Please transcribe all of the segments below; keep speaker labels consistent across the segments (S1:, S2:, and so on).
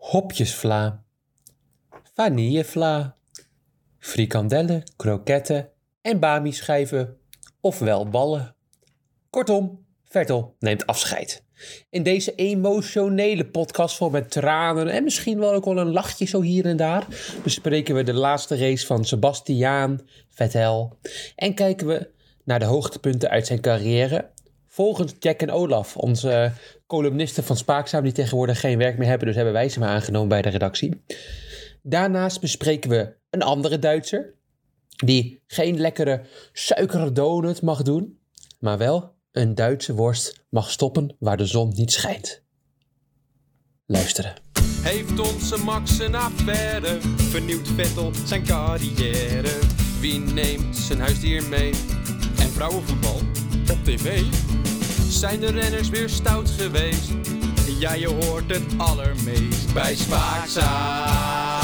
S1: hopjesvla, vanillevla, frikandellen, kroketten en bami-schijven, ofwel ballen. Kortom, Vettel neemt afscheid. In deze emotionele podcast vol met tranen en misschien wel ook wel een lachje zo hier en daar bespreken we de laatste race van Sebastian Vettel en kijken we naar de hoogtepunten uit zijn carrière. Volgens Jack en Olaf, onze columnisten van Spaakzaam die tegenwoordig geen werk meer hebben, dus hebben wij ze maar aangenomen bij de redactie. Daarnaast bespreken we een andere Duitser die geen lekkere suikerdonut mag doen, maar wel een Duitse worst mag stoppen waar de zon niet schijnt. Luisteren.
S2: Heeft onze Max een affaire? Vernieuwt Vettel zijn carrière? Wie neemt zijn huisdier mee? En vrouwenvoetbal op tv? Zijn de renners weer stout geweest? Ja, je hoort het allermeest bij Spaakzaam.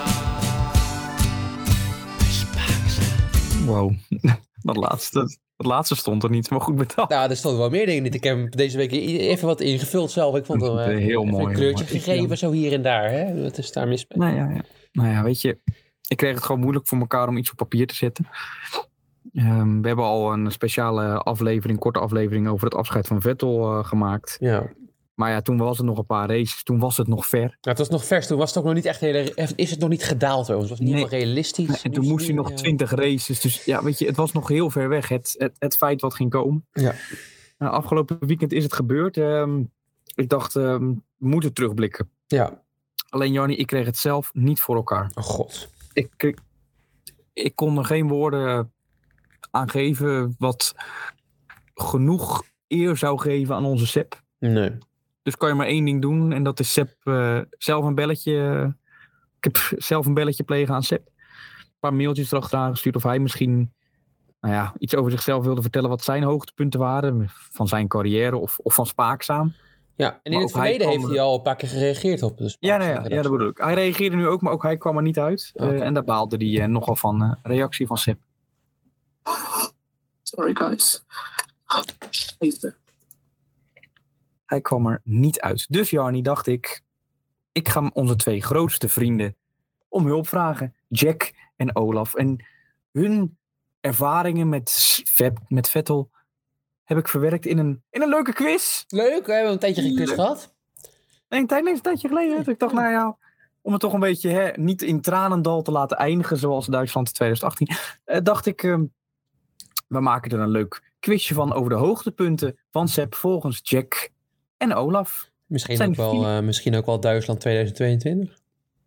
S3: Wow, dat laatste stond er niet, maar goed betaald.
S1: Nou, er stonden wel meer dingen niet. Ik heb hem deze week even wat ingevuld zelf. Ik vond hem
S3: heel mooi,
S1: een kleurtje
S3: heel mooi.
S1: gegeven, zo hier en daar. Hè? Wat is daar mis mee?
S3: Nou ja, weet je, ik kreeg het gewoon moeilijk voor elkaar om iets op papier te zetten. We hebben al een speciale aflevering, korte aflevering over het afscheid van Vettel gemaakt.
S1: Ja.
S3: Maar ja, toen was het nog een paar races, toen was het nog ver.
S1: Nou, het was nog vers, toen was het ook nog niet echt is het nog niet gedaald. Het was niet helemaal realistisch.
S3: Nee, en toen moest hij nog 20 races, dus ja, weet je, het was nog heel ver weg, het feit wat ging komen.
S1: Ja.
S3: Afgelopen weekend is het gebeurd. Ik dacht, we moeten terugblikken.
S1: Ja.
S3: Alleen Jannie, ik kreeg het zelf niet voor elkaar.
S1: Oh god.
S3: Ik kon er geen woorden aan geven wat genoeg eer zou geven aan onze Sepp.
S1: Nee.
S3: Dus kan je maar één ding doen en dat is Sepp zelf een belletje. Ik heb zelf een belletje plegen aan Sepp. Een paar mailtjes erachteraan gestuurd of hij misschien iets over zichzelf wilde vertellen wat zijn hoogtepunten waren van zijn carrière of van Spaakzaam.
S1: Ja, en in het verleden heeft hij al een paar keer gereageerd op de
S3: Ja, dat bedoel ik. Hij reageerde nu ook, maar ook hij kwam er niet uit. Okay. En daar baalde hij nogal van reactie van Sepp.
S4: Sorry guys. Even.
S3: Hij kwam er niet uit. Dus Jarnie dacht ik ga onze twee grootste vrienden om hulp vragen. Jack en Olaf. En hun ervaringen met Vettel heb ik verwerkt in een leuke quiz.
S1: Leuk, we hebben een tijdje geen quiz gehad.
S3: Nee, een tijdje geleden. Dus ik dacht, om het toch een beetje niet in tranendal te laten eindigen, zoals Duitsland 2018, dacht ik, we maken er een leuk quizje van over de hoogtepunten van Sepp volgens Jack en Olaf.
S1: Misschien ook wel Duitsland 2022.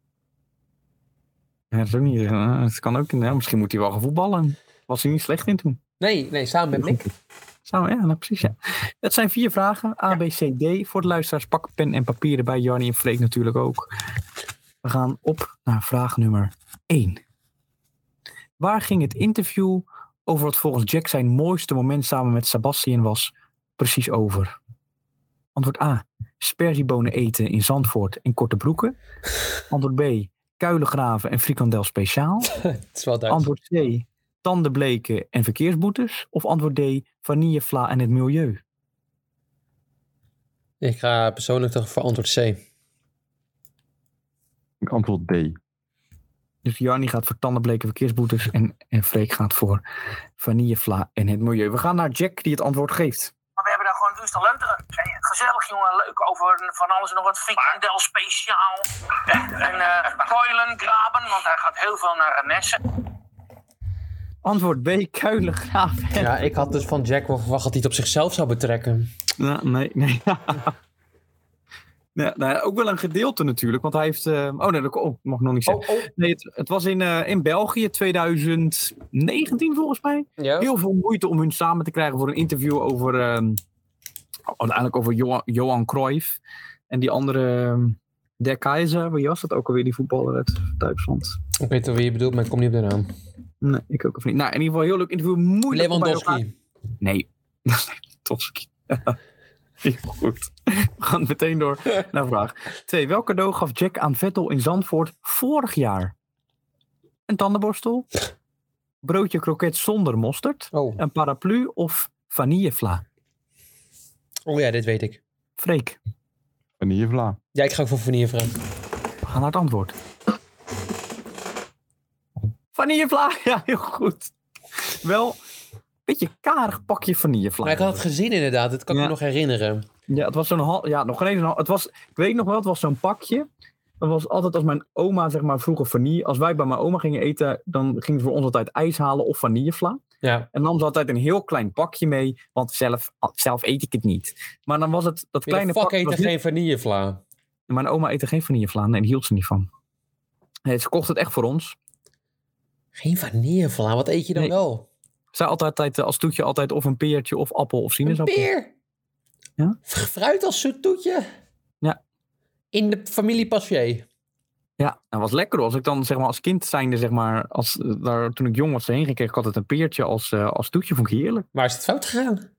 S3: Ja, dat is ook niet. Het kan ook. Misschien moet hij wel gaan voetballen. Was hij niet slecht in toen?
S1: Nee, samen met Nick.
S3: Samen, precies. Ja. Het zijn 4 vragen. A, B, C, D. Voor de luisteraars pak pen en papier erbij. Jarnie en Freek natuurlijk ook. We gaan op naar vraag nummer 1. Waar ging het interview over wat volgens Jack zijn mooiste moment samen met Sebastian was precies over? Antwoord A. Sperziebonen eten in Zandvoort en korte broeken. Antwoord B. Kuilen graven en frikandel speciaal.
S1: Het is wel Duits.
S3: Antwoord C. Tanden bleken en verkeersboetes. Of antwoord D. Vanillevla en het milieu.
S1: Ik ga persoonlijk toch voor antwoord C.
S5: Ik antwoord D.
S3: Dus Jarnie gaat voor tanden bleken verkeersboetes. En Freek gaat voor vanillevla en het milieu. We gaan naar Jack die het antwoord geeft.
S4: Maar we hebben daar gewoon dus te leuteren. Gezellig jongen, leuk over van alles en nog wat. Frikandel speciaal. En koilen graven, want hij gaat heel veel naar Renesse.
S3: Antwoord B, kuilen graven.
S1: Ja, ik had dus van Jack wel verwacht dat hij het op zichzelf zou betrekken.
S3: Nee. Ook wel een gedeelte natuurlijk, want hij heeft... dat mag ik nog niet zeggen. Nee, het was in België 2019 volgens mij.
S1: Ja.
S3: Heel veel moeite om hun samen te krijgen voor een interview over... uiteindelijk over Johan Cruijff. En die andere... Der Keizer, wie was dat ook alweer, die voetballer uit Duitsland?
S1: Ik weet wel wie je bedoelt, maar ik kom niet op de naam.
S3: Nee, ik ook niet. Nou, in ieder geval een heel leuk interview. Moeilijk
S1: Lewandowski.
S3: Nee. Lewandowski. Heel goed. We gaan meteen door naar vraag 2. Welk cadeau gaf Jack aan Vettel in Zandvoort vorig jaar? Een tandenborstel? Broodje kroket zonder mosterd? Een paraplu of vanillevla?
S1: Oh ja, dit weet ik.
S3: Freek.
S5: Vanillevla.
S1: Ja, ik ga ook voor vanillevla.
S3: We gaan naar het antwoord. Vanillevla, ja, heel goed. Wel een beetje karig pakje vanillevla.
S1: Maar ik had het gezien inderdaad, dat kan ik me nog herinneren.
S3: Ja, het was zo'n nog geen eens. Het was, ik weet nog wel, het was zo'n pakje. Dat was altijd als mijn oma, zeg maar, vroeger vanille. Als wij bij mijn oma gingen eten, dan gingen ze voor ons altijd ijs halen of vanillevla.
S1: Ja.
S3: En nam ze altijd een heel klein pakje mee, want zelf eet ik het niet. Maar dan was het dat kleine pakje.
S1: Eten geen vanillevla.
S3: Mijn oma eette geen vanillevla. Nee, daar hield ze niet van. Nee, ze kocht het echt voor ons.
S1: Geen vanillevla, wat eet je dan wel?
S3: Zij altijd als toetje altijd of een peertje of appel of sinaasappel.
S1: Een peer?
S3: Ja.
S1: Fruit als zoet toetje?
S3: Ja.
S1: In de familie Passier?
S3: Ja, dat was lekker. Als ik dan zeg maar als kind zijnde, zeg maar, toen ik jong was heen ging, kreeg ik altijd een peertje als toetje. Vond ik heerlijk.
S1: Waar is het fout gegaan?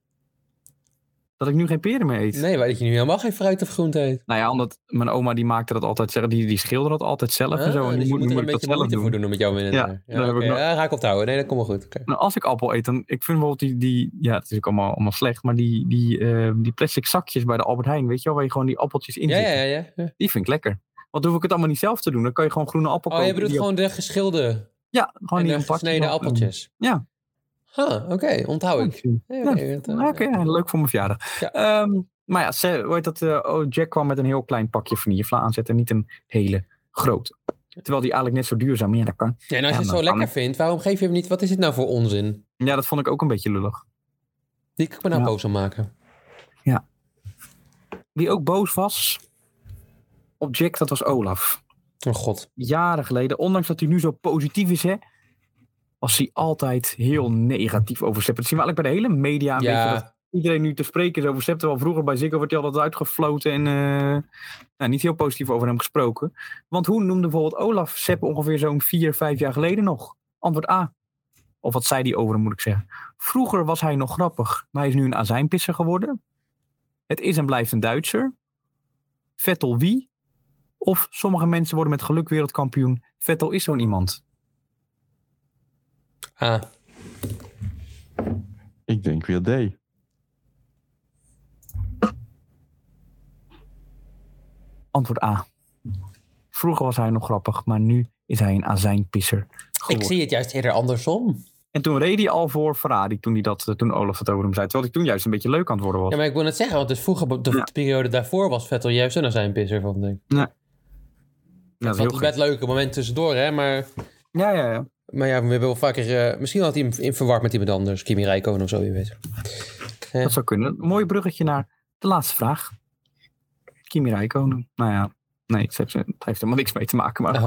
S3: Dat ik nu geen peren meer eet.
S1: Nee, dat je nu helemaal geen fruit of groente eet.
S3: Nou ja, omdat mijn oma die maakte dat altijd, die schilderde dat altijd zelf en zo. En
S1: dus
S3: nu
S1: je moet er een
S3: ik dat
S1: beetje
S3: zelf
S1: moeite voor doen om met jou in.
S3: Ja,
S1: Ja, ga ik onthouden. Nee, dat komt wel goed. Okay.
S3: Nou, als ik appel eet, dan ik vind bijvoorbeeld ja, het is ook allemaal slecht, maar die plastic zakjes bij de Albert Heijn, weet je wel, waar je gewoon die appeltjes in zit.
S1: Ja.
S3: Die vind ik lekker. Want dan hoef ik het allemaal niet zelf te doen. Dan kan je gewoon groene appel kopen.
S1: Oh, je bedoelt gewoon de geschilde?
S3: Ja, gewoon die
S1: gesneden appeltjes.
S3: Ja.
S1: Oké, onthoud ik.
S3: Oké, leuk voor mijn verjaardag. Ja. Maar ja, Jack kwam met een heel klein pakje vanillevla aanzetten. Niet een hele grote. Terwijl die eigenlijk net zo duurzaam. Maar ja, dat kan.
S1: Ja, en als je het zo lekker vindt, waarom geef je hem niet? Wat is dit nou voor onzin?
S3: Ja, dat vond ik ook een beetje lullig.
S1: Die kan ik me nou boos aan maken.
S3: Ja. Wie ook boos was op Jack, dat was Olaf.
S1: Oh god.
S3: Jaren geleden, ondanks dat hij nu zo positief is, hè, was hij altijd heel negatief over Sepp. Dat zien we eigenlijk bij de hele media. Een beetje dat iedereen nu te spreken is over Sepp. Terwijl vroeger bij Ziggo werd hij altijd uitgefloten en niet heel positief over hem gesproken. Want hoe noemde bijvoorbeeld Olaf Sepp ongeveer zo'n 4-5 jaar geleden nog? Antwoord A. Of wat zei hij over hem, moet ik zeggen. Vroeger was hij nog grappig, maar hij is nu een azijnpisser geworden. Het is en blijft een Duitser. Vettel wie? Of sommige mensen worden met geluk wereldkampioen. Vettel is zo'n iemand.
S1: A.
S5: Ik denk weer D.
S3: Antwoord A. Vroeger was hij nog grappig, maar nu is hij een azijnpisser geworden.
S1: Ik zie het juist eerder andersom.
S3: En toen reed hij al voor Ferrari, toen Olaf het over hem zei. Terwijl hij toen juist een beetje leuk aan het worden was.
S1: Ja, maar ik wil net zeggen, want dus vroeger, de periode daarvoor was Vettel juist een azijnpisser, vond ik.
S3: Nee.
S1: Dat vond ik best leuke momenten tussendoor, hè, maar...
S3: Ja.
S1: Maar ja, we hebben wel vaker... misschien had hij hem in verward met iemand anders. Kimi Räikkönen of zo, je weet.
S3: Dat zou kunnen. Een mooi bruggetje naar de laatste vraag. Kimi Räikkönen. Nou ja, nee, het heeft helemaal niks mee te maken. Maar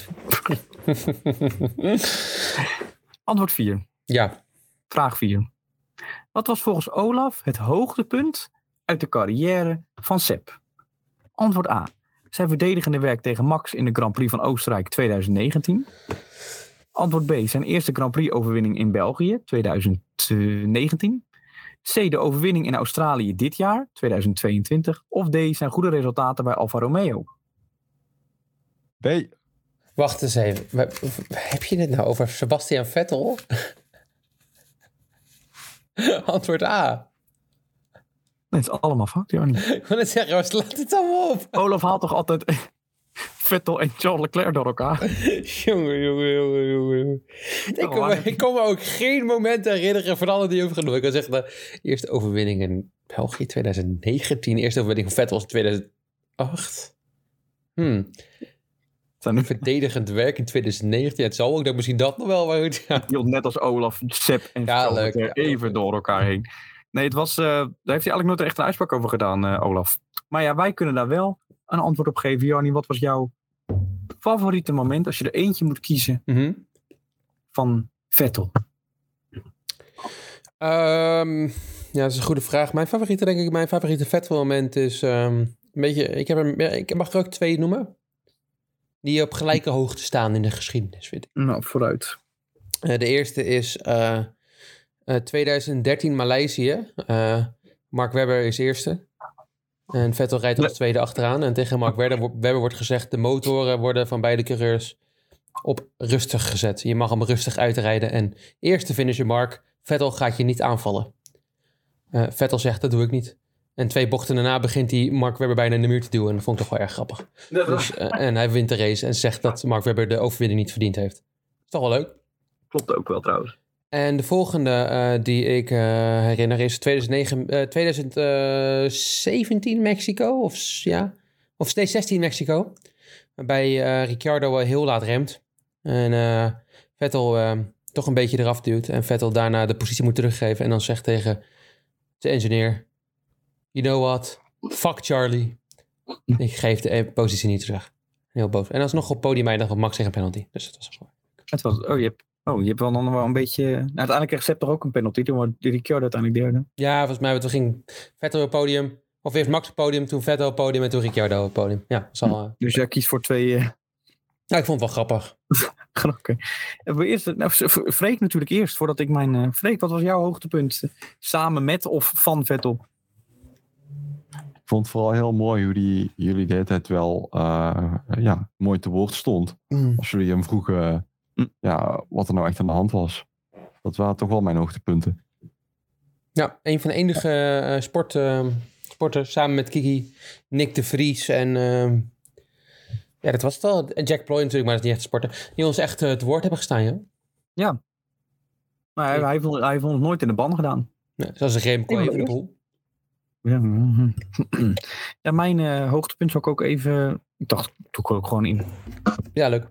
S3: Antwoord 4.
S1: Ja.
S3: Vraag 4. Wat was volgens Olaf het hoogtepunt uit de carrière van Sepp? Antwoord A. Zijn verdedigende werk tegen Max in de Grand Prix van Oostenrijk 2019. Antwoord B. Zijn eerste Grand Prix overwinning in België 2019. C. De overwinning in Australië dit jaar 2022. Of D. Zijn goede resultaten bij Alfa Romeo.
S5: B.
S1: Wacht eens even. Heb je het nou over Sebastian Vettel? Antwoord A.
S3: Nee, het is allemaal fout, Jarnie.
S1: Ik wil net zeggen, waar slaat het allemaal op?
S3: Olaf haalt toch altijd Vettel en Charles Leclerc door elkaar?
S1: Jongen. Ik kan me ook geen moment herinneren van alle die je hebt genoemd. Ik kan zeggen, de eerste overwinning in België 2019. De eerste overwinning van Vettel was 2008. Verdedigend werk in 2019. Het zal ook dat misschien dat nog wel. Maar goed, ja.
S3: Net als Olaf, Sepp en Charles Leclerc even door elkaar heen. Nee, daar heeft hij eigenlijk nooit echt een uitspraak over gedaan, Olaf. Maar ja, wij kunnen daar wel een antwoord op geven. Jarnie, wat was jouw favoriete moment als je er eentje moet kiezen van Vettel?
S1: Ja, dat is een goede vraag. Mijn favoriete Vettel moment is een beetje... Ik mag er ook 2 noemen. Die op gelijke hoogte staan in de geschiedenis, vind ik.
S3: Nou, vooruit.
S1: De eerste is 2013 Maleisië. Mark Webber is eerste. En Vettel rijdt als tweede achteraan. En tegen Mark Webber wordt gezegd... de motoren worden van beide coureurs op rustig gezet. Je mag hem rustig uitrijden. En eerste finisher Mark. Vettel gaat je niet aanvallen. Vettel zegt, dat doe ik niet. En 2 bochten daarna begint hij Mark Webber bijna in de muur te duwen. En dat vond ik toch wel erg grappig. Dus, en hij wint de race en zegt dat Mark Webber de overwinning niet verdiend heeft. Dat is toch wel leuk.
S3: Klopt ook wel trouwens.
S1: En de volgende die ik herinner is 2017 Mexico. Of 16 Mexico. Waarbij Ricciardo heel laat remt. En Vettel toch een beetje eraf duwt. En Vettel daarna de positie moet teruggeven. En dan zegt tegen de engineer... You know what? Fuck Charlie. Ik geef de positie niet terug. Heel boos. En alsnog op podium eindigt van Max tegen penalty. Dus dat was gewoon...
S3: je hebt wel dan wel een beetje... Nou, uiteindelijk kreeg Sepp toch ook een penalty. Toen wordt Ricciardo uiteindelijk derde.
S1: Ja, volgens mij toen ging Vettel op het podium. Of eerst Max op het podium, toen Vettel op het podium en toen Ricciardo op het podium. Ja,
S3: Dus jij kiest voor 2...
S1: Ja, ik vond het wel grappig.
S3: Oké. Freek natuurlijk eerst, voordat ik mijn... Freek, wat was jouw hoogtepunt? Samen met of van Vettel?
S5: Ik vond het vooral heel mooi hoe jullie de hele tijd wel mooi te woord stond. Als jullie hem vroegen wat er nou echt aan de hand was. Dat waren toch wel mijn hoogtepunten.
S1: Ja, een van de enige sporters samen met Kiki, Nick de Vries en... dat was het al. En Jack Ploy natuurlijk, maar dat is niet echt sporter. Die ons echt te woord hebben gestaan, ja. Ja.
S3: Maar hij vond het nooit in de ban gedaan.
S1: Nee, zoals een Remco Evenepoel.
S3: Ja, mijn hoogtepunt zou ik ook even... Ik dacht, doe ik ook gewoon in.
S1: Ja, leuk.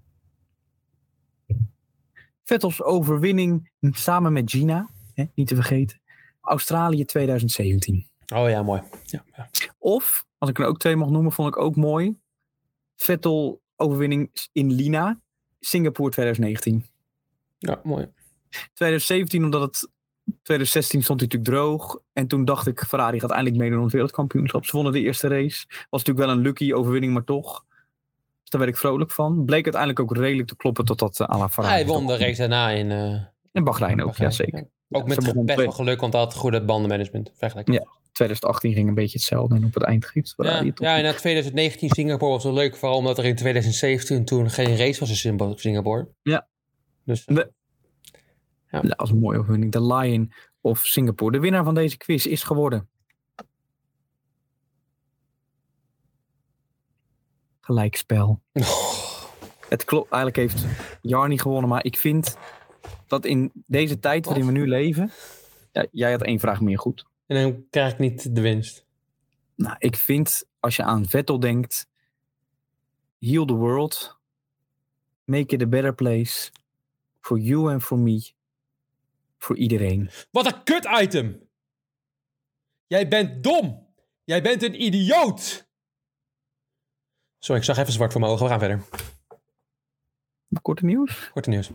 S3: Vettels overwinning samen met Gina. Niet te vergeten. Australië 2017.
S1: Oh ja, mooi. Ja.
S3: Of, als ik er ook 2 mag noemen, vond ik ook mooi... Vettel overwinning in Lina, Singapore 2019.
S1: Ja, mooi.
S3: 2017, omdat het 2016 stond hij natuurlijk droog. En toen dacht ik, Ferrari gaat eindelijk meedoen om het wereldkampioenschap. Ze wonnen de eerste race. Was natuurlijk wel een lucky overwinning, maar toch. Dus daar werd ik vrolijk van. Bleek uiteindelijk ook redelijk te kloppen totdat à la Ferrari.
S1: Hij won de race daarna in
S3: Bahrein ook, ja zeker.
S1: Ja. Ook met best wel geluk, want hij had goed het bandenmanagement.
S3: Ja. 2018 ging een beetje hetzelfde en op het eind giet.
S1: En na 2019 Singapore was wel leuk, vooral omdat er in 2017 toen geen race was in Singapore.
S3: Ja.
S1: Dus,
S3: dat was een mooie overwinning. De Lion of Singapore. De winnaar van deze quiz is geworden. Gelijkspel. Het klopt, eigenlijk heeft Jarny gewonnen, maar ik vind dat in deze tijd waarin we nu leven... Ja, jij had 1 vraag meer goed.
S1: En dan krijg ik niet de winst.
S3: Nou, ik vind, als je aan Vettel denkt... Heal the world. Make it a better place. For you and for me. Voor iedereen.
S1: Wat een kut item! Jij bent dom! Jij bent een idioot! Sorry, ik zag even zwart voor mijn ogen. We gaan verder.
S3: Korte nieuws?
S1: Korte nieuws.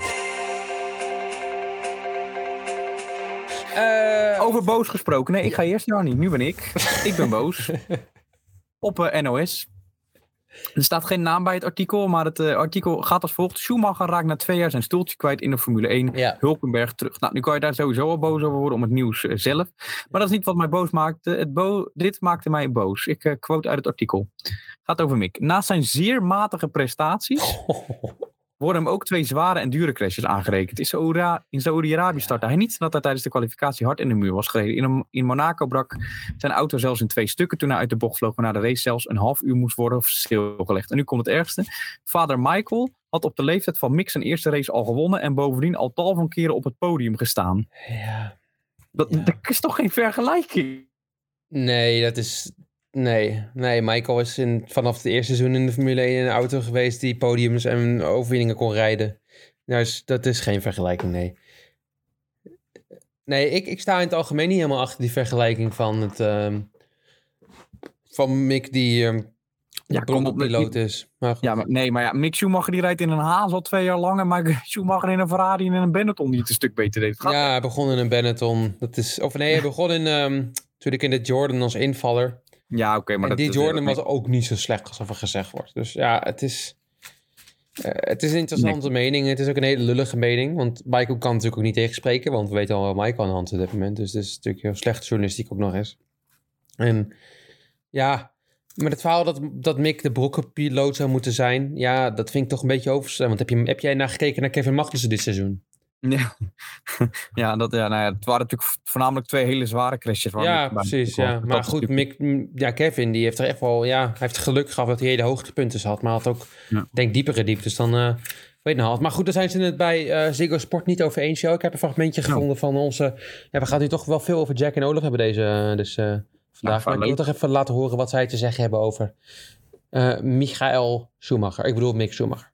S3: Over boos gesproken. Nee, ik ga eerst, Jarny. Nu ben ik. Ik ben boos. Op NOS. Er staat geen naam bij het artikel, maar het artikel gaat als volgt. Schumacher raakt na 2 jaar zijn stoeltje kwijt in de Formule 1. Ja. Hulkenberg terug. Nou, nu kan je daar sowieso al boos over worden om het nieuws zelf. Maar dat is niet wat mij boos maakte. Dit maakte mij boos. Ik quote uit het artikel. Gaat over Mick. Naast zijn zeer matige prestaties... worden hem ook 2 zware en dure crashes aangerekend. In Saoedi-Arabië startte hij niet, nadat hij tijdens de kwalificatie hard in de muur was gereden. In Monaco brak zijn auto zelfs in 2 stukken toen hij uit de bocht vloog, waarna de race zelfs een half uur moest worden stilgelegd. En nu komt het ergste. Vader Michael had op de leeftijd van Mick zijn eerste race al gewonnen en bovendien al tal van keren op het podium gestaan.
S1: Ja.
S3: Dat is toch geen vergelijking?
S1: Nee, dat is... Nee, Michael is vanaf het eerste seizoen in de Formule 1 een auto geweest die podiums en overwinningen kon rijden. Dus dat is geen vergelijking, nee. Nee, ik sta in het algemeen niet helemaal achter die vergelijking van Mick die piloot is. Maar
S3: maar Mick Schumacher die rijdt in een Haas al 2 jaar lang en Michael Schumacher in een Ferrari en in een Benetton die het een stuk beter deed.
S1: Ja, hij begon in een Benetton. Hij begon natuurlijk in de Jordan als invaller.
S3: Ja, oké, maar
S1: die Jordan was ook niet zo slecht als er gezegd wordt. Dus ja, het is een interessante mening. Het is ook een hele lullige mening. Want Michael kan natuurlijk ook niet tegenspreken. Want we weten al wat Michael aan de hand is op dit moment. Dus het is natuurlijk heel slecht journalistiek ook nog eens. En ja, maar het verhaal dat Mick de brokkenpiloot zou moeten zijn. Ja, dat vind ik toch een beetje overstaan. Want heb jij gekeken naar Kevin Magnussen dit seizoen?
S3: Ja, het waren natuurlijk voornamelijk 2 hele zware crashes.
S1: Ja, precies. Ja. Maar goed, Kevin die heeft er echt wel... Ja, hij heeft geluk gehad dat hij hele hoogtepunten had. Maar had ook, denk diepere dieptes dan... weet nou, maar goed, daar zijn ze het bij Ziggo Sport niet over eens. Ik heb een fragmentje gevonden van onze... Ja, we gaan nu toch wel veel over Jack en Olaf hebben dus vandaag. Maar ik wil toch even laten horen wat zij te zeggen hebben over Michael Schumacher. Ik bedoel Mick Schumacher.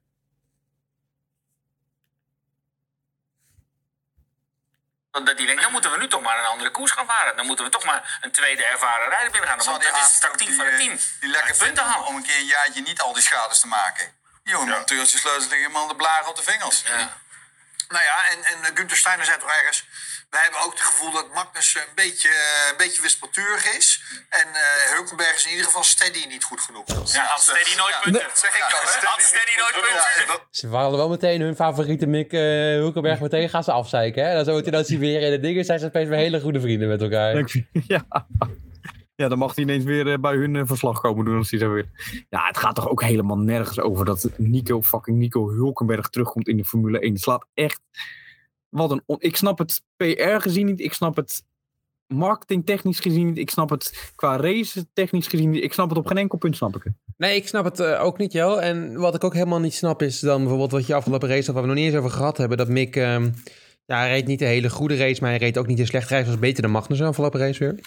S4: Dat die denkt, dan moeten we nu toch maar een andere koers gaan varen. Dan moeten we toch maar een tweede ervaren rijder binnen gaan. Want dat is het tactiek van het team.
S6: Die lekker punten halen om een keer een jaartje niet al die schades te maken. Die jonge monteurtjes sleutelen helemaal de blaren op de vingers. Ja. Nou ja, en Günther Steiner zei toch ergens... Wij hebben ook het gevoel dat Magnus een beetje wispelturig is. En Hulkenberg is in ieder geval steady niet goed genoeg.
S4: Ja, had steady nooit punten. Dat zeg ik al, hè? Had steady nooit punten.
S1: Ze waren wel meteen hun favoriete Mick Hulkenberg meteen gaan ze afzeiken. Hè? Dan zo meteen als hij weer in de dingen zijn ze opeens weer hele goede vrienden met elkaar.
S3: Ja, dan mag hij ineens weer bij hun verslag komen doen als hij zo weer... Ja, het gaat toch ook helemaal nergens over dat Nico Hulkenberg terugkomt in de Formule 1. Het slaat echt... Ik snap het PR gezien niet. Ik snap het marketingtechnisch gezien niet. Ik snap het qua race technisch gezien niet. Ik snap het op geen enkel punt, snap ik het.
S1: Nee, ik snap het ook niet, Jo. En wat ik ook helemaal niet snap is dan bijvoorbeeld wat je afgelopen race, waar we nog niet eens over gehad hebben, dat Mick, hij reed niet de hele goede race, maar hij reed ook niet een slechte race. Hij was beter dan Magnussen afgelopen race weer.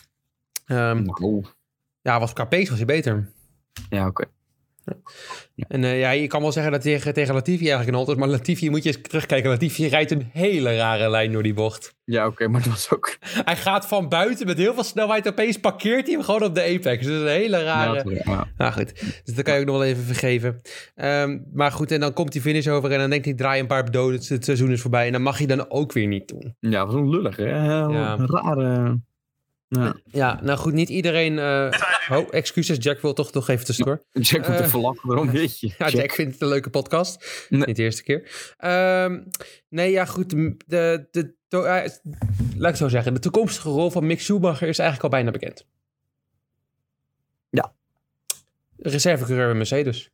S1: Ja, qua pace was hij beter.
S3: Ja, oké.
S1: Ja. En je kan wel zeggen dat tegen Latifi eigenlijk een halt is, maar Latifi moet je eens terugkijken. Latifi rijdt een hele rare lijn door die bocht.
S3: Ja, oké, maar dat was ook...
S1: Hij gaat van buiten met heel veel snelheid, opeens parkeert hij hem gewoon op de apex. Dus een hele rare...
S3: Ja.
S1: Nou goed, dus dat kan je ook nog wel even vergeven. Maar goed, en dan komt die finish over en dan denkt hij, draai een paar bedoden, het seizoen is voorbij. En dan mag je dan ook weer niet doen.
S3: Ja, dat was een lullig, hè? Een rare...
S1: Ja, nou goed, niet iedereen... excuses, Jack wil toch nog even tussendoor.
S3: Jack moet even lachen, waarom weet je?
S1: Ja, Jack vindt het een leuke podcast.
S3: Nee.
S1: Niet de eerste keer. Nee, ja goed. Laat ik het zo zeggen. De toekomstige rol van Mick Schumacher is eigenlijk al bijna bekend.
S3: Ja.
S1: Reservecoureur bij Mercedes.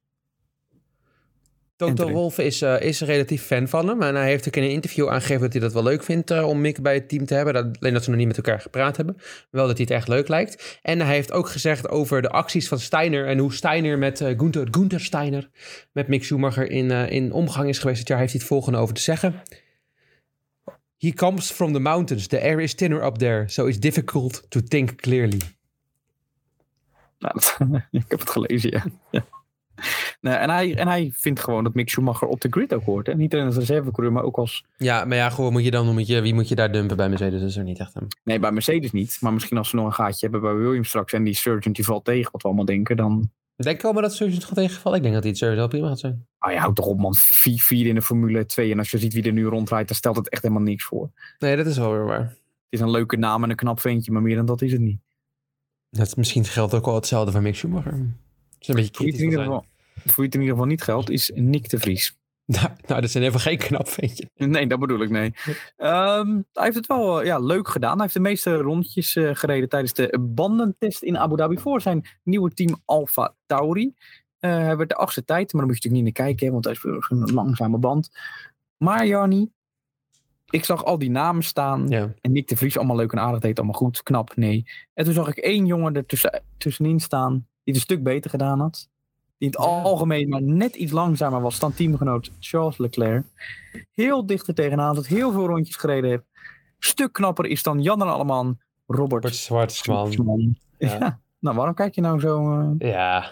S1: Toto Wolff is relatief fan van hem. En hij heeft ook in een interview aangegeven dat hij dat wel leuk vindt om Mick bij het team te hebben. Alleen dat ze nog niet met elkaar gepraat hebben. Wel dat hij het echt leuk lijkt. En hij heeft ook gezegd over de acties van Steiner en hoe Steiner met Günther Steiner met Mick Schumacher in omgang is geweest dit jaar. Heeft hij het volgende over te zeggen. He comes from the mountains. The air is thinner up there. So it's difficult to think clearly.
S3: Nou, ik heb het gelezen, ja. Nee, en hij vindt gewoon dat Mick Schumacher op de grid ook hoort. Hè? Niet alleen als reservecoureur, maar ook als...
S1: Ja, maar ja, gewoon wie moet je daar dumpen bij Mercedes? Dat is er niet echt hem.
S3: Nee, bij Mercedes niet. Maar misschien als ze nog een gaatje hebben bij Williams straks en die Sargent die valt tegen, wat we allemaal denken, dan...
S1: Denk je wel maar dat Sargent gaat tegenvallen? Ik denk dat hij het Sargent wel prima gaat zijn.
S3: Ah, je houdt toch op, man. 4 in de Formule 2. En als je ziet wie er nu rondrijdt, dan stelt het echt helemaal niks voor.
S1: Nee, dat is wel weer waar.
S3: Het is een leuke naam en een knap ventje, maar meer dan dat is het niet.
S1: Misschien geldt ook wel hetzelfde voor Mick Schumacher. Het is een beetje kritisch van
S3: voor wie het in ieder geval niet geldt, is Nick de Vries.
S1: Nou, dat is in ieder geval geen knap ventje.
S3: Nee, dat bedoel ik, nee. Hij heeft het wel leuk gedaan. Hij heeft de meeste rondjes gereden tijdens de bandentest in Abu Dhabi voor zijn nieuwe team Alfa Tauri. Hij werd de 8e tijd, maar dan moet je natuurlijk niet naar kijken, want hij is een langzame band. Maar Jarni, ik zag al die namen staan.
S1: Ja.
S3: En Nick de Vries, allemaal leuk en aardig, deed allemaal goed, knap, nee. En toen zag ik 1 jongen er tussenin staan, die het een stuk beter gedaan had. Die in het algemeen maar net iets langzamer was dan teamgenoot Charles Leclerc. Heel dicht er tegenaan, dat heel veel rondjes gereden heeft. Stuk knapper is dan Jan en Alleman, Robert
S1: Schwartzman.
S3: Ja. Nou, waarom kijk je nou zo...
S1: Ja.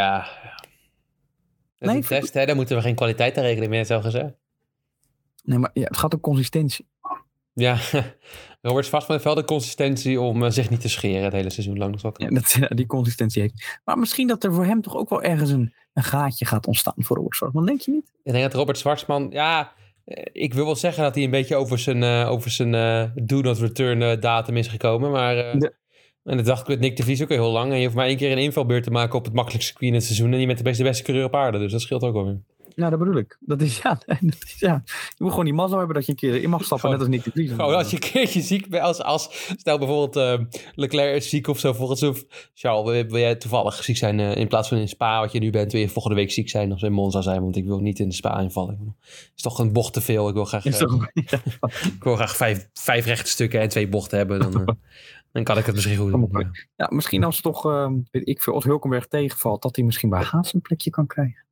S1: Dat is een test, hè? Daar moeten we geen kwaliteit aan rekenen meer, zo gezegd.
S3: Nee, maar het gaat om consistentie.
S1: Ja, Robert Schwartzman heeft wel de consistentie om zich niet te scheren het hele seizoen lang.
S3: Die consistentie heeft. Maar misschien dat er voor hem toch ook wel ergens een gaatje gaat ontstaan voor Robert Schwartzman, denk je niet?
S1: Ik denk dat Robert Schwartzman, ik wil wel zeggen dat hij een beetje over zijn do not return datum is gekomen, maar en dat dacht ik met Nick de Vries ook heel lang. En je hoeft maar 1 keer een invalbeurt te maken op het makkelijkste circuit in het seizoen en je bent de beste coureur op aarde, dus dat scheelt ook wel weer.
S3: Ja, dat bedoel ik. Dat is ja. Je moet gewoon die mazzel hebben dat je een keer in mag stappen, net als Nick de Vries.
S1: Gewoon als je een keertje ziek bent, stel bijvoorbeeld Leclerc is ziek of zo, volgens of Charles, wil jij toevallig ziek zijn in plaats van in Spa, wat je nu bent, wil je volgende week ziek zijn of in Monza zijn, want ik wil niet in de Spa invallen. Het is toch een bocht te veel. Ik wil graag, ik wil graag vijf rechte stukken en 2 bochten hebben. Dan kan ik het misschien goed doen.
S3: Ja, misschien als het toch, weet ik veel, als Hulkenberg tegenvalt, dat hij misschien bij Haas een plekje kan krijgen.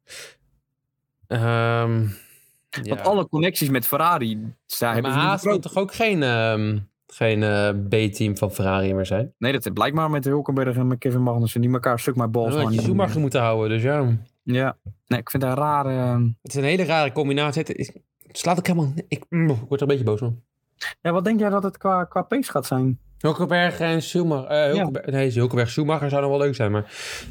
S3: Want alle connecties met Ferrari zijn.
S1: Maar Haas wil toch ook geen B-team van Ferrari meer zijn?
S3: Nee, dat is blijkbaar met Hulkenberg en met Kevin Magnussen die elkaar een stuk maar bal
S1: slaan. Dat had je Schumacher moeten houden, dus ja.
S3: Ja, nee, ik vind dat een rare...
S1: Het is een hele rare combinatie. Het slaat ook helemaal... Ik word er een beetje boos van.
S3: Ja, wat denk jij dat het qua pace gaat zijn?
S1: Hulkenberg en Schumacher. Nee, Hulkenberg-Schumacher zou nog wel leuk zijn, maar...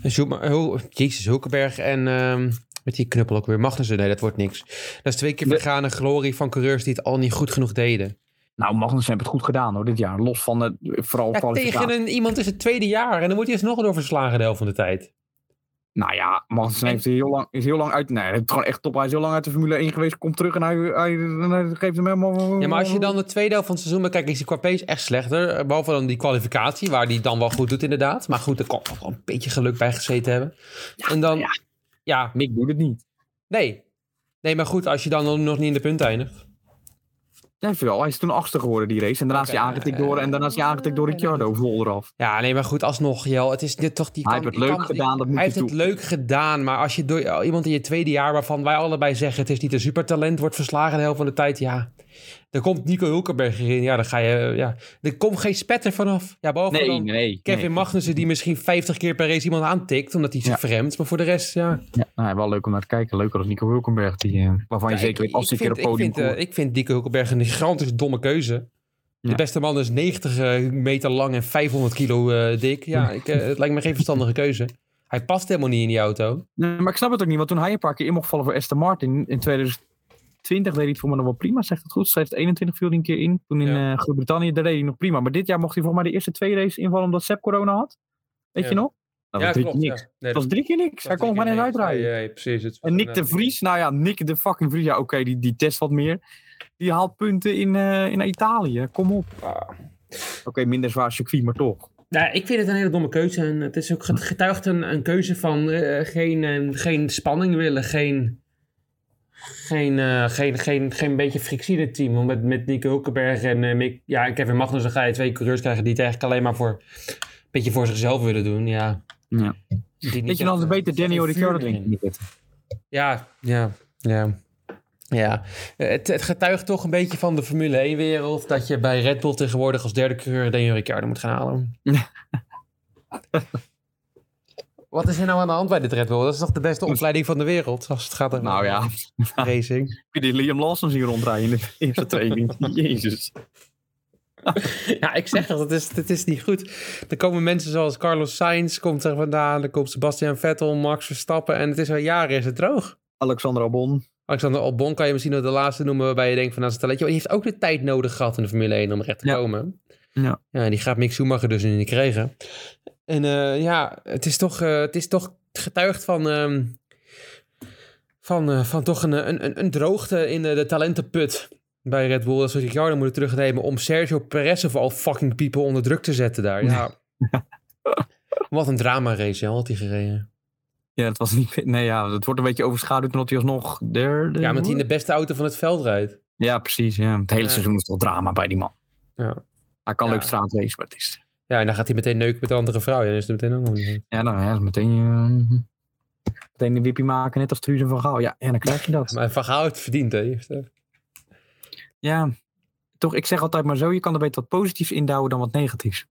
S1: Hulkenberg en... met die knuppel ook weer. Magnussen, nee, dat wordt niks. Dat is 2 keer vergane glorie van coureurs die het al niet goed genoeg deden.
S3: Nou, Magnussen heeft het goed gedaan hoor, dit jaar. Los van het vooral kwalificatie.
S1: Tegen iemand is het 2e jaar en dan wordt hij nog door verslagen de helft van de tijd.
S3: Nou ja, Magnussen is heel lang uit... Nee, hij heeft gewoon echt top. Hij is heel lang uit de Formule 1 geweest, komt terug en hij geeft hem helemaal...
S1: Ja, maar als je dan de tweede helft van het seizoen bekijkt, is hij qua pace echt slechter. Behalve dan die kwalificatie, waar hij dan wel goed doet inderdaad. Maar goed, er kan nog wel een beetje geluk bij gezeten hebben.
S3: Ja,
S1: en dan...
S3: Ja, Mick doet het niet.
S1: Nee, maar goed, als je dan nog niet in de punt eindigt.
S3: Ja, wel. Hij is toen 8e geworden die race. En daarna is hij aangetikt door. En daarna is hij aangetikt door Ricciardo vol eraf.
S1: Ja, nee, maar goed, alsnog, Jel. Het is dit toch die.
S3: Hij heeft het leuk gedaan, dat moet je toe.
S1: Hij heeft het leuk gedaan, maar als je door iemand in je tweede jaar, waarvan wij allebei zeggen het is niet een supertalent, wordt verslagen de helft van de tijd, ja. Er komt Nico Hulkenberg erin, ja, dan ga je, ja. Er komt geen spetter vanaf. Ja, behalve dan Kevin Magnussen, die misschien 50 keer per race iemand aantikt, omdat hij zich vreemd, maar voor de rest, ja.
S3: Nou, wel leuk om naar te kijken. Leuker dan Nico Hulkenberg, waarvan je zeker weet als hij keer op podium komt.
S1: Ik vind Nico Hulkenberg een gigantisch domme keuze. De beste man is 90 meter lang en 500 kilo dik. Ja, het lijkt me geen verstandige keuze. Hij past helemaal niet in die auto.
S3: Nee, maar ik snap het ook niet, want toen hij een paar keer in mocht vallen voor Aston Martin in 2020 deed hij het voor me nog wel prima, zegt het goed. 2021 viel hij een keer in. Toen in Groot-Brittannië deed hij nog prima. Maar dit jaar mocht hij volgens mij de eerste 2 races invallen omdat Sepp corona had. Weet je nog? Dat was 3 keer niks. Ja. Nee, dat was 3 keer niks. Hij kon maar net uitrijden.
S1: Nee, precies.
S3: En Nick de Vries, nou ja, Nick de fucking Vries. Ja, oké, die test wat meer. Die haalt punten in Italië. Kom op. Oké, minder zwaar circuit, maar toch.
S1: Ja, ik vind het een hele domme keuze. En het is ook getuigd een keuze van geen spanning willen. Geen beetje frictie in het team. Want met Nico Hulkenberg en Kevin Magnussen ga je 2 coureurs krijgen die het eigenlijk alleen maar een beetje voor zichzelf willen doen. Ja.
S3: Weet je dan het beter Daniel Ricciardo drinken?
S1: Ja. Het getuigt toch een beetje van de Formule 1-wereld dat je bij Red Bull tegenwoordig als derde coureur Daniel Ricciardo moet gaan halen. Wat is er nou aan de hand bij dit Red Bull? Dat is toch de beste opleiding van de wereld als het gaat over racing.
S3: Heb je die Liam Lawson zien rondrijden in de eerste training? Jezus.
S1: Ja, ik zeg het is niet goed. Er komen mensen zoals Carlos Sainz komt er vandaan, er komt Sebastian Vettel, Max Verstappen en het is al jaren is het droog.
S3: Alexander Albon
S1: kan je misschien nog de laatste noemen waarbij je denkt van dat is een talentje. Die heeft ook de tijd nodig gehad in de Formule 1 om recht te komen. Ja, die gaat Mick Schumacher dus niet krijgen. En het is toch getuigd van toch een droogte in de talentenput bij Red Bull. Dat ze Ricciardo moeten terugnemen om Sergio Perez of all fucking people onder druk te zetten daar. Ja. Wat een drama race, had hij gereden.
S3: Ja, het was niet... Nee, ja, het wordt een beetje overschaduwd omdat hij alsnog derde...
S1: Ja, omdat hij in de beste auto van het veld rijdt.
S3: Ja, precies. Ja. Het hele seizoen is toch drama bij die man.
S1: Ja.
S3: Hij kan leuk straatrace, maar het is...
S1: Ja, en dan gaat hij meteen neuken met de andere vrouw. Ja, dan is het meteen ook nog niet.
S3: Ja, dan is meteen een wippie maken, net als Truus en Van Gaal. Ja, dan krijg je dat.
S1: Maar Van Gaal heeft verdiend, hè?
S3: Ja, toch, ik zeg altijd maar zo, je kan er beter wat positiefs indouwen dan wat negatiefs.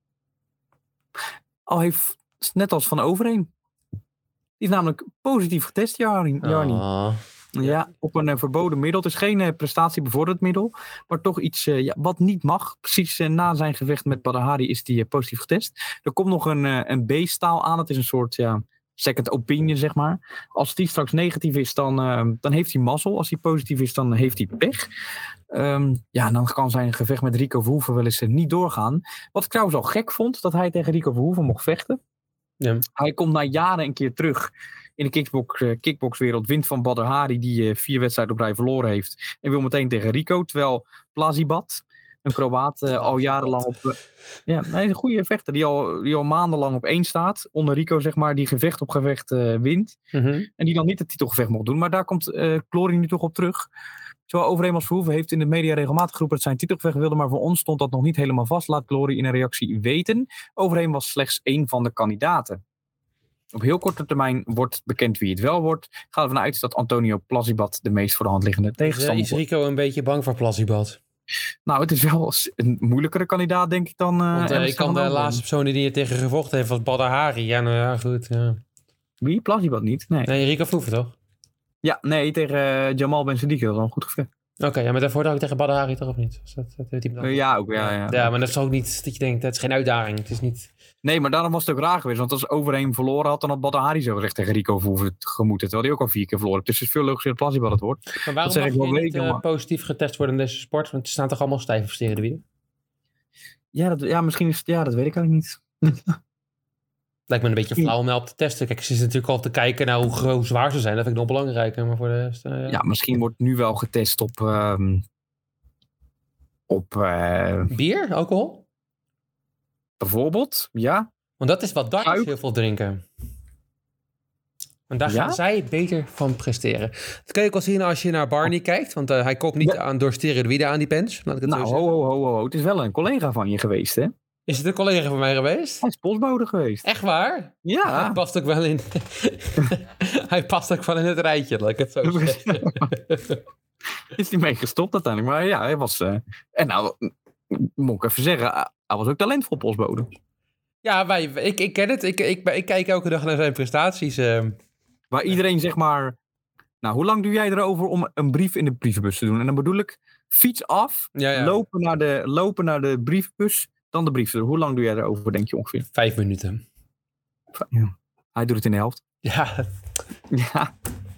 S3: Al heeft, net als Van Overheen. Die is namelijk positief getest, Jarni. Ja, op een verboden middel. Het is geen prestatiebevorderend middel, maar toch iets wat niet mag. Precies na zijn gevecht met Badr Hari is die positief getest. Er komt nog een B-staal aan. Het is een soort second opinion, zeg maar. Als die straks negatief is, dan heeft hij mazzel. Als hij positief is, dan heeft hij pech. Dan kan zijn gevecht met Rico Verhoeven wel eens niet doorgaan. Wat ik trouwens al gek vond, dat hij tegen Rico Verhoeven mocht vechten. Ja. Hij komt na jaren een keer terug in de kickboxwereld wint van Badr Hari, die 4 wedstrijden op rij verloren heeft. En wil meteen tegen Rico, terwijl Plazibat, een Kroaat, al jarenlang op... hij is een goede vechter die al maandenlang op 1 staat. Onder Rico, zeg maar, die gevecht op gevecht wint.
S1: Mhm.
S3: En die dan niet het titelgevecht mocht doen. Maar daar komt Glory nu toch op terug. Zowel Overeem als Verhoeven heeft in de media regelmatig geroepen dat zij een titelgevecht wilden, maar voor ons stond dat nog niet helemaal vast. Laat Glory in een reactie weten. Overeem was slechts 1 van de kandidaten. Op heel korte termijn wordt bekend wie het wel wordt. Gaat ervan uit dat Antonio Plazibat de meest voor de hand liggende tegenstander
S1: Is
S3: wordt.
S1: Rico een beetje bang voor Plazibat?
S3: Nou, het is wel een moeilijkere kandidaat, denk ik, dan...
S1: Want
S3: Emerson
S1: ik kan
S3: van
S1: de
S3: Overeem.
S1: laatste persoon die hier tegen gevochten heeft was Badr Hari. Ja, nou ja, goed. Ja.
S3: Wie? Plazibat niet? Nee.
S1: Nee, Rico Verhoeven toch?
S3: Ja, nee, tegen Jamal Ben Sadiq. Dat was wel een goed gevecht.
S1: Oké, ja, maar daarvoor dacht ik tegen Badr Hari toch of niet? Dus dat weet iemand anders.
S3: Ja, ook. Ja.
S1: Ja, maar dat is ook niet dat je denkt, dat is geen uitdaging. Het is niet...
S3: Nee, maar daarom was het ook raar geweest. Want als Overeem verloren had, dan had Badr Hari zo gezegd tegen Rico Verhoeven gemoeten. Terwijl hij ook al 4 keer verloren heeft. Dus het is veel logischer dat Plazibat het wordt.
S1: Maar
S3: Dat
S1: waarom
S3: zeg
S1: mag
S3: ik wel
S1: je niet
S3: weten, maar-
S1: positief getest worden in deze sport? Want ze staan toch allemaal stijf op steren de wielen?
S3: Ja, misschien is het... Ja, dat weet ik eigenlijk niet.
S1: Lijkt me een beetje flauw om nou op te testen. Kijk, ze zitten natuurlijk al te kijken naar hoe zwaar ze zijn. Dat vind ik nog belangrijker. Maar voor de rest...
S3: Ja, misschien wordt nu wel getest op
S1: Bier? Alcohol?
S3: bijvoorbeeld, ja.
S1: Want dat is wat darters
S3: Suik.
S1: heel veel drinken. En daar
S3: Ja?
S1: gaan zij beter van presteren. Dat kan je ook wel zien als je naar Barney kijkt. Want hij koopt niet aan door steroïden aan die pens. Laat ik het
S3: Nou,
S1: zo zeggen.
S3: ho. Het is wel een collega van je geweest, hè?
S1: Is het een collega van mij geweest?
S3: Hij is postbode geweest.
S1: Echt waar? Hij
S3: Ja.
S1: past ook wel in... hij past ook wel in het rijtje, laat ik het zo zeggen.
S3: Is hij mee gestopt uiteindelijk. Maar ja, hij was... en nou, moet ik even zeggen, hij was ook talentvol postbode.
S1: Ja, ik ken het. Ik kijk elke dag naar zijn prestaties.
S3: Waar iedereen zeg maar... Nou, hoe lang doe jij erover om een brief in de brievenbus te doen? En dan bedoel ik, fiets af,
S1: Ja.
S3: lopen naar de brievenbus, dan de brief. Hoe lang doe jij erover, denk je ongeveer?
S1: 5 minuten.
S3: Ja. Hij doet het in de helft.
S1: Ja.
S3: Ja.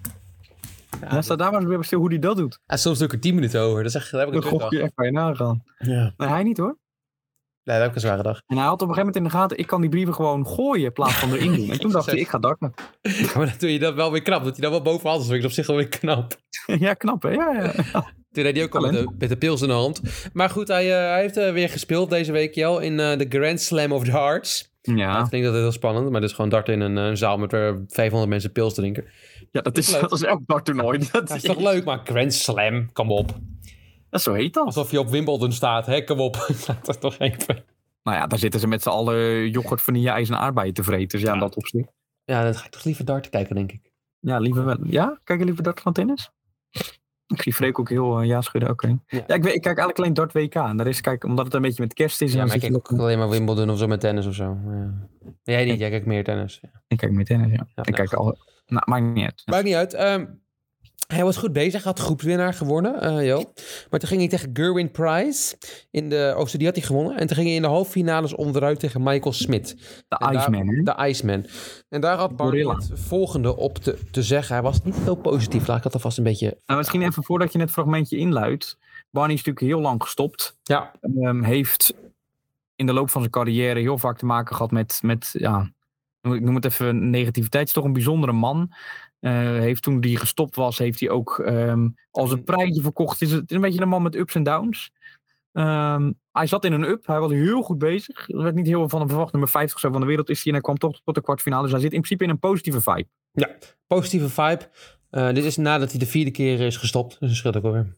S3: Ja, staat daar maar eens weer stil hoe hij dat doet.
S1: Soms doe ik er 10 minuten over. Dat daar heb ik een
S3: Dat
S1: druk
S3: gok je
S1: dag.
S3: echt bij je nagaan.
S1: Ja.
S3: Nee, hij niet hoor.
S1: Nee, dat heb ik een zware dag.
S3: En hij had op een gegeven moment in de gaten, ik kan die brieven gewoon gooien in plaats van erin doen. En toen dacht hij, ik ga darten.
S1: Maar dan doe je dat wel weer knap. Dat hij dan wel bovenal is. Dat vind ik op zich wel weer knap.
S3: Ja, knap hè? Ja.
S1: Toen deed hij ook al met de pils in de hand. Maar goed, hij heeft weer gespeeld deze week, Jel, in de Grand Slam of the Hearts.
S3: Ja,
S1: Ik denk dat het heel spannend, maar dat is gewoon darten in een zaal met 500 mensen pils drinken.
S3: ja dat is elk darttoernooi.
S1: Dat is toch leuk, maar Grand Slam, kom op.
S3: Dat zo heet dat.
S1: Alsof je op Wimbledon staat, hè, kom op. Laat dat toch even.
S3: Nou ja, daar zitten ze met z'n allen yoghurt, vanille, ijs en aardbeien te vreten. Dus ja, in dat opzicht.
S1: Ja, dan ga ik toch liever darten kijken, denk ik.
S3: Ja, liever wel. Ja? Kijk je liever dart van tennis? Ik zie Freek ook heel ja schudden. Oké.
S1: Ja.
S3: Ja, ik kijk eigenlijk alleen dart WK. En daar is, kijk, omdat het een beetje met kerst is. en
S1: Ja,
S3: dan
S1: maar ik
S3: zit je
S1: kijk ook alleen maar Wimbledon of zo met tennis of zo. Ja. Jij niet, jij kijkt meer tennis. Ja.
S3: Ik kijk met tennis, ja.
S1: Ja,
S3: Ik kijk al... Nou, maakt niet uit.
S1: Maakt niet uit. Hij was goed bezig. Hij had de groepswinnaar gewonnen, Jo. Maar toen ging hij tegen Gerwin Price. Die had hij gewonnen. En toen ging hij in de halve finales onderuit tegen Michael Smith.
S3: De
S1: En
S3: Iceman, hè?
S1: De Iceman. En daar had Barney
S3: Gorilla.
S1: het volgende op te zeggen. Hij was niet heel positief. Laat ik dat alvast een beetje...
S3: Nou, misschien even voordat je het fragmentje inluidt. Barney is natuurlijk heel lang gestopt.
S1: Ja.
S3: Heeft in de loop van zijn carrière heel vaak te maken gehad met ja, ik noem het even negativiteit. Het is toch een bijzondere man. Heeft toen hij gestopt was, heeft hij ook als een prijsje verkocht. Het is een beetje een man met ups en downs. Hij zat in een up. Hij was heel goed bezig. Er werd niet heel veel van hem verwacht. Nummer 50 zo van de wereld is hij. En hij kwam toch tot de kwartfinale. Dus hij zit in principe in een positieve vibe.
S1: Ja, positieve vibe. Dit is nadat hij de 4e keer is gestopt. Dus dat scheelt ook wel weer.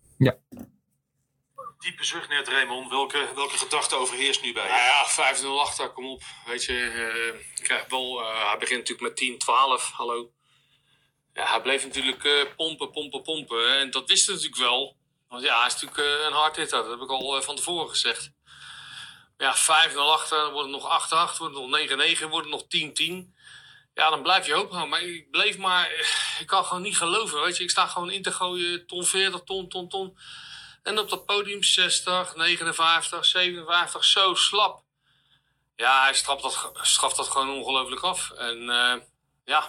S7: Diepe zucht net, Raymond. Welke gedachte overheerst nu bij je?
S2: Nou ja, 5-0 achter, kom op. Weet je, ik krijg wel, hij begint natuurlijk met 10-12, hallo. Ja, hij bleef natuurlijk pompen. En dat wist hij natuurlijk wel. Want ja, hij is natuurlijk een hardhitter. Dat heb ik al van tevoren gezegd. Ja, 5-0 achter, dan wordt het nog 8-8, wordt het nog 9-9, wordt het nog 10-10. Ja, dan blijf je hoop houden. Maar ik bleef maar... Ik kan gewoon niet geloven, weet je. Ik sta gewoon in te gooien, ton 40, ton. En op dat podium 60, 59, 57, zo slap. Ja, hij straft dat gewoon ongelooflijk af. En ja...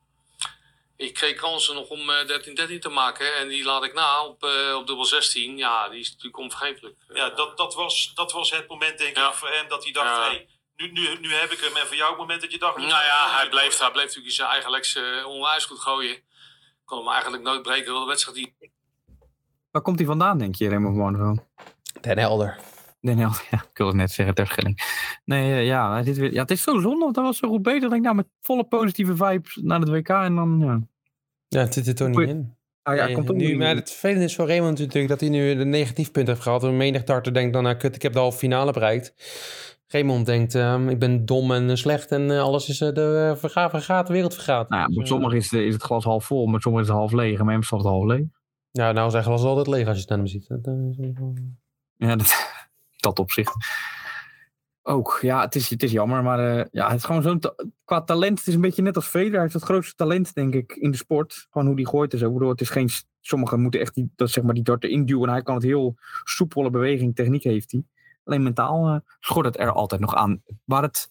S2: Ik kreeg kansen nog om 13-13 te maken. En die laat ik na op dubbel 16. Ja, die is natuurlijk onvergeeflijk.
S7: Ja, dat was het moment, denk ik, voor hem dat hij dacht...
S2: Ja.
S7: Hey, Nu heb ik hem. En voor jou op het moment dat je dacht...
S8: Nou ja, hij bleef natuurlijk zijn eigen legs onwijs goed gooien. Kon hem eigenlijk nooit breken. De wedstrijd die...
S3: Waar komt hij vandaan, denk je, Raymond Monaco?
S1: Den Helder.
S3: Den Helder, ja, ik wilde het net zeggen, ter schelling. Nee, het is zo zonde, want hij was zo goed bezig. Ik denk, met volle positieve vibes naar het WK en dan, ja.
S1: Ja, het zit er toch niet in.
S3: Komt
S1: nu, maar het vervelende is voor Raymond natuurlijk dat hij nu de negatief punt heeft gehad. En menig darter denkt dan, ik heb de halve finale bereikt. Raymond denkt, ik ben dom en slecht en alles is de wereld vergaat.
S3: Nou ja, met sommigen is het glas half vol, met sommigen is het half leeg. En met hem staat het half leeg.
S1: Ja, nou zijn glas altijd leeg als je het naar hem ziet.
S3: Ja, dat opzicht. Ook, ja, het is jammer, maar het is gewoon zo'n... Qua talent, het is een beetje net als Federer. Hij heeft het grootste talent, denk ik, in de sport. Gewoon hoe die gooit en zo. Ik bedoel, het is geen... Sommigen moeten echt die darten induwen. En hij kan het heel soepele beweging, techniek heeft hij. Alleen mentaal schort het er altijd nog aan. Waar het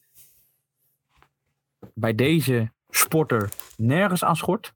S3: bij deze sporter nergens aan schort.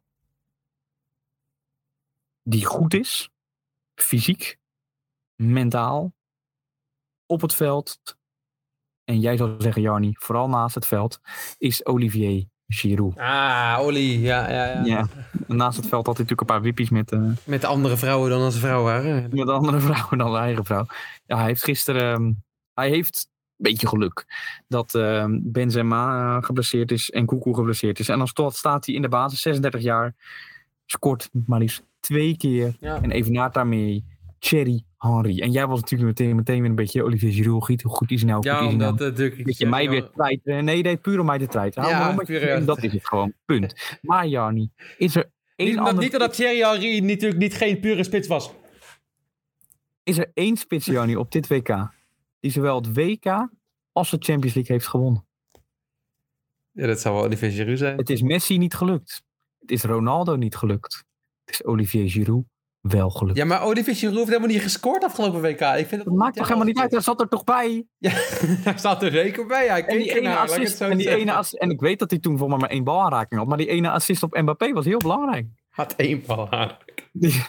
S3: Die goed is. Fysiek. Mentaal. Op het veld. En jij zou zeggen, Jarny, vooral naast het veld, is Olivier Giroud.
S1: Ah, Oli, ja.
S3: Naast het veld had hij natuurlijk een paar wippies met...
S1: Met andere vrouwen dan als vrouw waren.
S3: Met andere vrouwen dan zijn eigen vrouw. Ja, hij heeft gisteren... hij heeft een beetje geluk dat Benzema geblesseerd is en Koekoe geblesseerd is. En dan staat hij in de basis, 36 jaar, scoort maar liefst 2 keer. Ja. En evenaart daarmee Thierry Henry. En jij was natuurlijk meteen weer een beetje Olivier Giroud. Hoe goed is hij nou?
S1: Ja, omdat natuurlijk...
S3: Dat je mij weer treiteren. Nee, deed puur om mij te treiteren. En dat is het gewoon. Punt. Maar Jarny, is er één ander...
S1: Niet dat Thierry Henry natuurlijk geen pure spits was.
S3: Is er één spits, Jarny, op dit WK die zowel het WK als de Champions League heeft gewonnen?
S1: Ja, dat zou wel Olivier Giroud zijn.
S3: Het is Messi niet gelukt. Het is Ronaldo niet gelukt. Het is Olivier Giroud wel gelukt.
S1: Ja, maar Olivier Giroud heeft helemaal niet gescoord afgelopen WK. Ik vind
S3: dat maakt toch helemaal niet uit? Hij zat er toch bij?
S1: Ja, hij zat er zeker bij. Hij
S3: en die ene assist. En ik weet dat hij toen volgens mij maar 1 balaanraking had. Maar die ene assist op Mbappé was heel belangrijk.
S1: Had 1 balaanraking.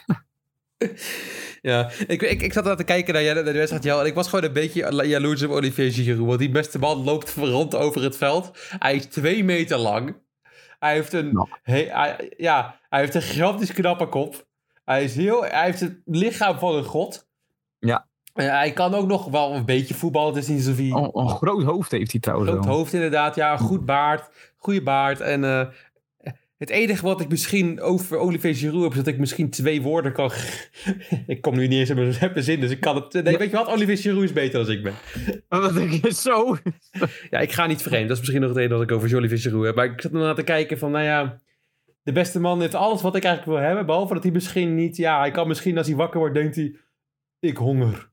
S1: Ja, ik zat te kijken naar de wedstrijd. En ik was gewoon een beetje jaloers op Olivier Giroud. Want die beste man loopt rond over het veld. Hij is 2 meter lang. Hij heeft hij heeft een gigantisch knappe kop. Hij heeft het lichaam van een god.
S3: Ja.
S1: Hij kan ook nog wel een beetje voetballen. Het is niet alsof hij...
S3: Een groot hoofd heeft hij trouwens.
S1: Een groot hoofd inderdaad, ja. Goed baard. Goede baard. En het enige wat ik misschien over Olivier Giroud heb... is dat ik misschien 2 woorden kan... Ik kom nu niet eens in mijn zin, dus ik kan het... Nee, weet je wat? Olivier Giroud is beter dan ik ben.
S3: Wat denk je zo?
S1: Ja, ik ga niet vreemd. Dat is misschien nog het enige wat ik over Olivier Giroud heb. Maar ik zat ernaar te kijken van, nou ja... De beste man heeft alles wat ik eigenlijk wil hebben. Behalve dat hij misschien niet... Ja, hij kan misschien als hij wakker wordt, denkt hij... Ik honger.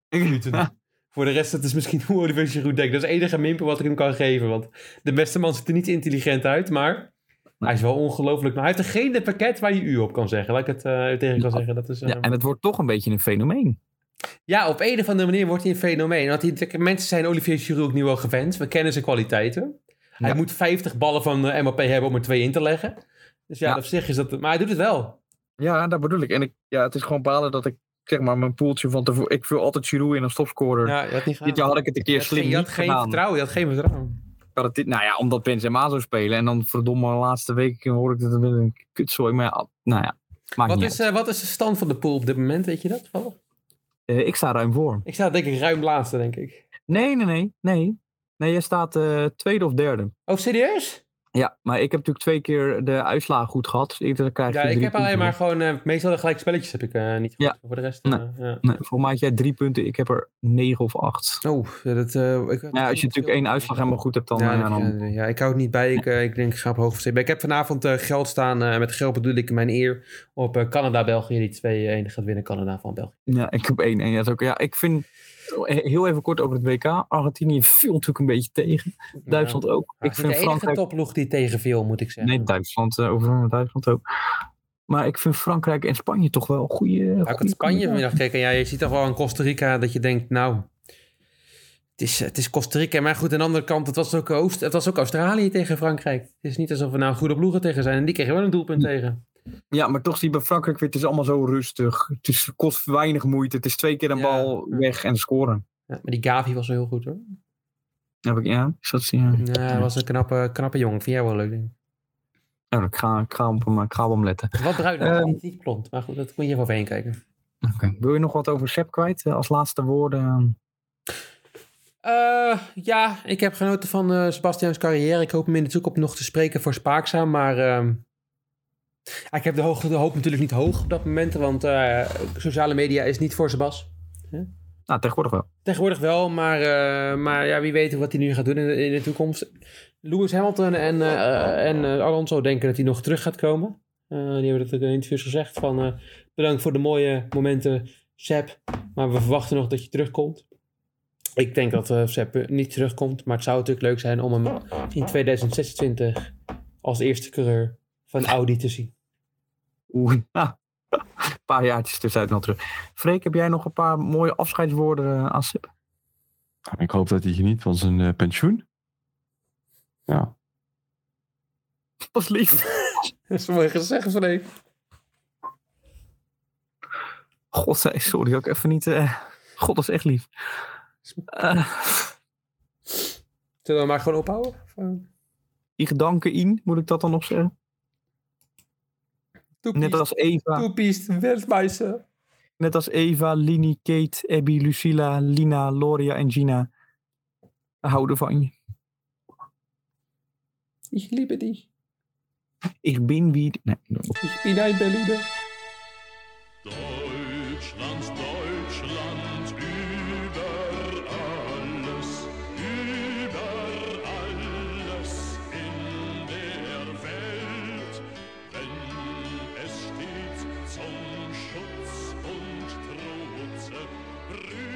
S1: Voor de rest, dat is misschien hoe Olivier Giroud denkt. Dat is het enige minpunt wat ik hem kan geven. Want de beste man ziet er niet intelligent uit, maar... Hij is wel ongelooflijk... Maar hij heeft er geen pakket waar je u op kan zeggen. Laat ik het tegen kan zeggen. Dat is,
S3: ja, en het wordt toch een beetje een fenomeen.
S1: Ja, op een of andere manier wordt hij een fenomeen. Want mensen zijn Olivier Giroud nu wel gewend. We kennen zijn kwaliteiten. Ja. Hij moet 50 ballen van Mbappé hebben om er 2 in te leggen. Dus ja, op zich is dat... Maar hij doet het wel.
S3: Ja, dat bedoel ik. En het is gewoon balen dat ik, zeg maar, mijn poeltje van tevoren... Ik vul altijd Giroud in als topscorer.
S1: Ja, je had niet
S3: dit jaar had ik het een keer slim niet gedaan.
S1: Je had geen vertrouwen.
S3: Nou ja, omdat Benzema zou spelen. En dan verdomme de laatste week hoor ik dat het een kutzooi. Maar ja, nou ja, maakt niet uit.
S1: Wat is de stand van de pool op dit moment? Weet je dat?
S3: Ik sta ruim voor.
S1: Ik sta denk ik ruim laatste, denk ik.
S3: Nee. Nee, jij staat 2e of 3e.
S1: Oh, serieus?
S3: Ja, maar ik heb natuurlijk 2 keer de uitslagen goed gehad. Dus ik
S1: heb alleen maar gewoon... meestal de gelijke spelletjes heb ik niet gehad. Voor de rest...
S3: Nee, voor mij had jij 3 punten. Ik heb er 9 of 8.
S1: Oh, als je
S3: natuurlijk 1 uitslag helemaal goed hebt, dan...
S1: Ja, ik hou het niet bij. Ik denk, ik ga op hoogte. Ik heb vanavond geld staan. Met geld bedoel ik mijn eer. Op Canada-België. Die 2-1 gaat winnen. Canada van België.
S3: Ja, ik heb 1-1. Ja, ik vind... Heel even kort over het WK. Argentinië viel natuurlijk een beetje tegen. Duitsland ook.
S1: Ik vind de enige topploeg die tegenviel, moet ik zeggen.
S3: Nee, Duitsland ook. Maar ik vind Frankrijk en Spanje toch wel goede...
S1: Ik had Spanje vanmiddag gekeken. Ja, je ziet toch wel in Costa Rica dat je denkt, nou... Het is Costa Rica. Maar goed, aan de andere kant, het was ook Australië tegen Frankrijk. Het is niet alsof we nou goede ploegen tegen zijn. En die kregen wel een doelpunt tegen.
S3: Ja, maar toch zie je bij Frankrijk weer, het is allemaal zo rustig. Het kost weinig moeite. Het is 2 keer een bal weg en scoren.
S1: Ja, maar die Gavi was wel heel goed hoor.
S3: Is dat
S1: Ja, hij was een knappe jongen. Vind jij wel leuk, denk ik.
S3: Nou, ik ga op hem letten.
S1: Wat bruin, niet blond. Maar goed, dat moet je even overheen kijken.
S3: Okay. Wil je nog wat over Sepp kwijt? Als laatste woorden?
S1: Ja, ik heb genoten van Sebastian's carrière. Ik hoop hem in de toekomst nog te spreken voor Spaakzaam. Maar ik heb de hoop natuurlijk niet hoog op dat moment. Want sociale media is niet voor Sebas.
S3: Nou, tegenwoordig wel.
S1: Tegenwoordig wel, maar ja, wie weet wat hij nu gaat doen in de toekomst. Lewis Hamilton en Alonso denken dat hij nog terug gaat komen. Die hebben dat in interviews gezegd van bedankt voor de mooie momenten, Sepp. Maar we verwachten nog dat je terugkomt. Ik denk dat Sepp niet terugkomt, maar het zou natuurlijk leuk zijn om hem in 2026 als eerste coureur van Audi te zien.
S3: Een paar jaartjes tussenuit nog terug. Freek, heb jij nog een paar mooie afscheidswoorden aan Sepp?
S5: Ik hoop dat hij geniet van zijn pensioen. Ja.
S3: Dat is lief.
S1: Dat is mooi gezegd, Freek.
S3: God, sorry, ook even niet... God, dat is echt lief.
S1: Zullen we maar gewoon ophouden?
S3: Die gedanken in, moet ik dat dan nog zeggen? Net als Eva.
S1: Toepiest, Weltmeister.
S3: Net als Eva, Lini, Kate, Abby, Lucilla, Lina, Loria en Gina. We houden van je.
S1: Ik liebe dich.
S3: Ik ben wie... Nee.
S1: Ik ben een Berliner.
S9: Deutschland, Deutschland, über alles in der Welt, wenn es steht zum Schutz und Trotze.